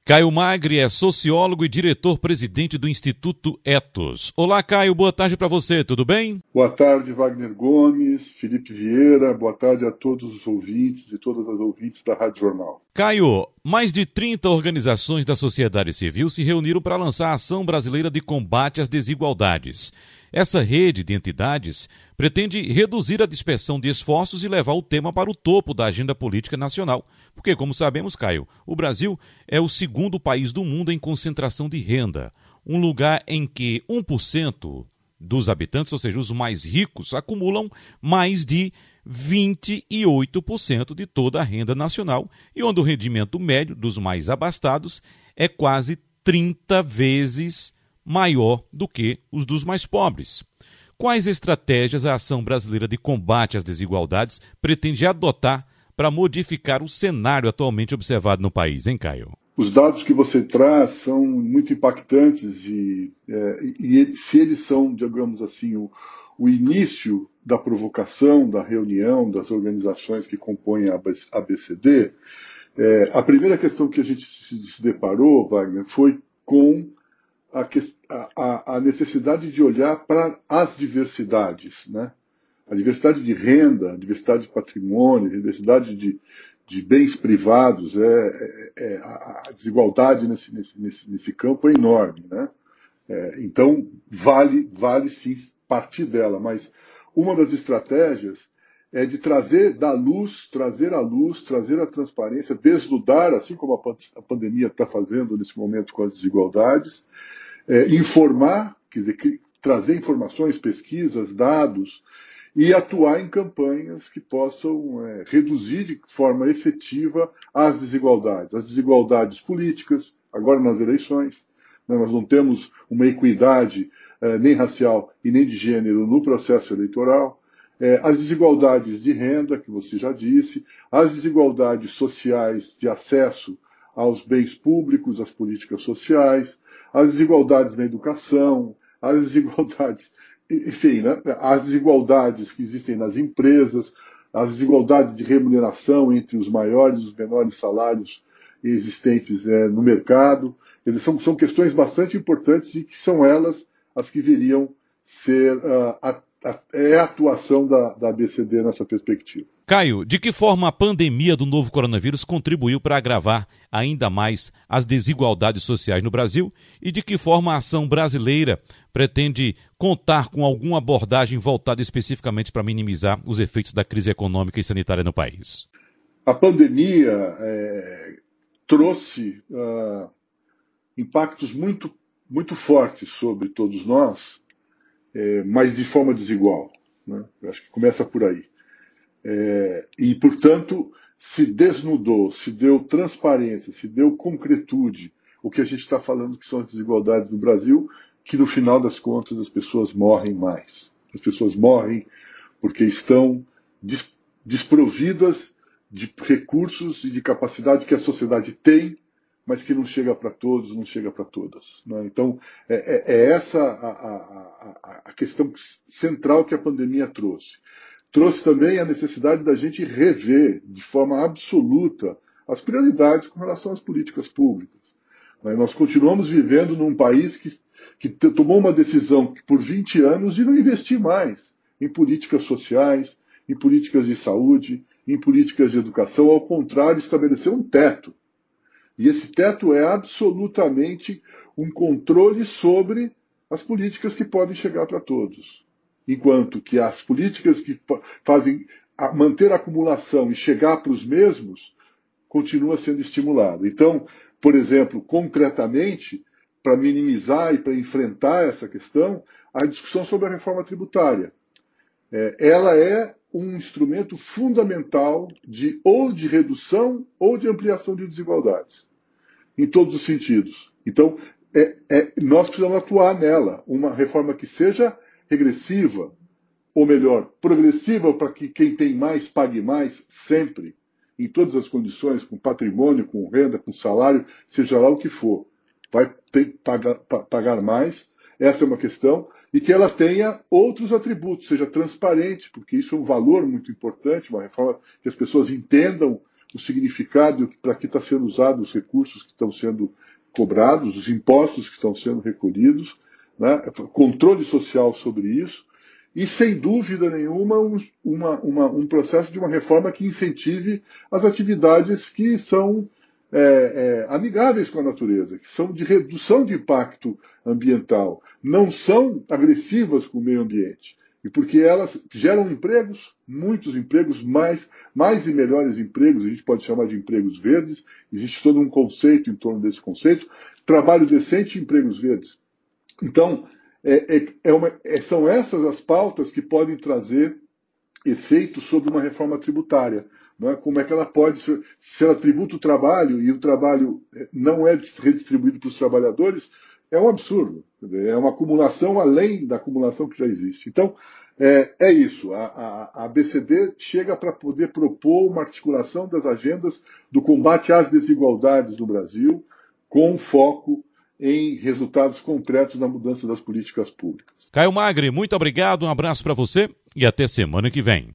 Caio Magri é sociólogo e diretor-presidente do Instituto Ethos. Olá, Caio, boa tarde para você, tudo bem? Boa tarde, Wagner Gomes, Felipe Vieira, boa tarde a todos os ouvintes e todas as ouvintes da Rádio Jornal. Caio, mais de 30 organizações da sociedade civil se reuniram para lançar a Ação Brasileira de Combate às Desigualdades. Essa rede de entidades pretende reduzir a dispersão de esforços e levar o tema para o topo da agenda política nacional. Porque, como sabemos, Caio, o Brasil é o segundo país do mundo em concentração de renda. Um lugar em que 1% dos habitantes, ou seja, os mais ricos, acumulam mais de 28% de toda a renda nacional e onde o rendimento médio dos mais abastados é quase 30 vezes maior do que os dos mais pobres. Quais estratégias a Ação Brasileira de Combate às Desigualdades pretende adotar para modificar o cenário atualmente observado no país, hein, Caio? Os dados que você traz são muito impactantes e se eles são, digamos assim, o início da provocação, da reunião, das organizações que compõem a ABCD, a primeira questão que a gente se deparou, Wagner, foi com a necessidade de olhar para as diversidades, né? A diversidade de renda, a diversidade de patrimônio, a diversidade de bens privados, a desigualdade nesse campo é enorme, né? Então, vale sim partir dela, mas uma das estratégias é de trazer à luz, trazer a transparência, desnudar, assim como a pandemia está fazendo nesse momento com as desigualdades, informar, quer dizer, trazer informações, pesquisas, dados, e atuar em campanhas que possam reduzir de forma efetiva as desigualdades políticas, agora nas eleições. Nós não temos uma equidade nem racial e nem de gênero no processo eleitoral. As desigualdades de renda, que você já disse, as desigualdades sociais de acesso aos bens públicos, às políticas sociais, as desigualdades na educação, as desigualdades, enfim, né, as desigualdades que existem nas empresas, as desigualdades de remuneração entre os maiores e os menores salários existentes no mercado. Quer dizer, são questões bastante importantes e que são elas as que viriam ser a atuação da ABCD nessa perspectiva. Caio, de que forma a pandemia do novo coronavírus contribuiu para agravar ainda mais as desigualdades sociais no Brasil e de que forma a ação brasileira pretende contar com alguma abordagem voltada especificamente para minimizar os efeitos da crise econômica e sanitária no país? A pandemia trouxe impactos muito fortes sobre todos nós, mas de forma desigual, né? Eu acho que começa por aí. E, portanto, se desnudou, se deu transparência, se deu concretude o que a gente está falando que são as desigualdades no Brasil, que no final das contas as pessoas morrem mais. As pessoas morrem porque estão desprovidas de recursos e de capacidade que a sociedade tem, mas que não chega para todos, não chega para todas, né? Então, essa a questão central que a pandemia trouxe. Trouxe também a necessidade da gente rever de forma absoluta as prioridades com relação às políticas públicas. Nós continuamos vivendo num país que tomou uma decisão por 20 anos de não investir mais em políticas sociais, em políticas de saúde, em políticas de educação, ao contrário, estabeleceu um teto. E esse teto é absolutamente um controle sobre as políticas que podem chegar para todos. Enquanto que as políticas que fazem manter a acumulação e chegar para os mesmos, continua sendo estimulado. Então, por exemplo, concretamente, para minimizar e para enfrentar essa questão, a discussão sobre a reforma tributária. Ela é um instrumento fundamental ou de redução ou de ampliação de desigualdades, em todos os sentidos. Então, nós precisamos atuar nela, uma reforma que seja regressiva, ou melhor, progressiva, para que quem tem mais pague mais sempre, em todas as condições, com patrimônio, com renda, com salário, seja lá o que for. Vai ter que pagar mais, essa é uma questão, e que ela tenha outros atributos, seja transparente, porque isso é um valor muito importante, uma reforma que as pessoas entendam o significado para que está sendo usado os recursos que estão sendo cobrados, os impostos que estão sendo recolhidos, né, controle social sobre isso, e, sem dúvida nenhuma, um processo de uma reforma que incentive as atividades que são amigáveis com a natureza, que são de redução de impacto ambiental, não são agressivas com o meio ambiente. E porque elas geram empregos, muitos empregos, mais e melhores empregos, a gente pode chamar de empregos verdes, existe todo um conceito em torno desse conceito, trabalho decente e empregos verdes. Então, são essas as pautas que podem trazer efeitos sobre uma reforma tributária. Não é? Como é que ela pode, se ela tributa o trabalho e o trabalho não é redistribuído para os trabalhadores, é um absurdo. É uma acumulação além da acumulação que já existe. Então, é isso. A ABCD chega para poder propor uma articulação das agendas do combate às desigualdades no Brasil, com foco em resultados concretos na mudança das políticas públicas. Caio Magri, muito obrigado, um abraço para você e até semana que vem.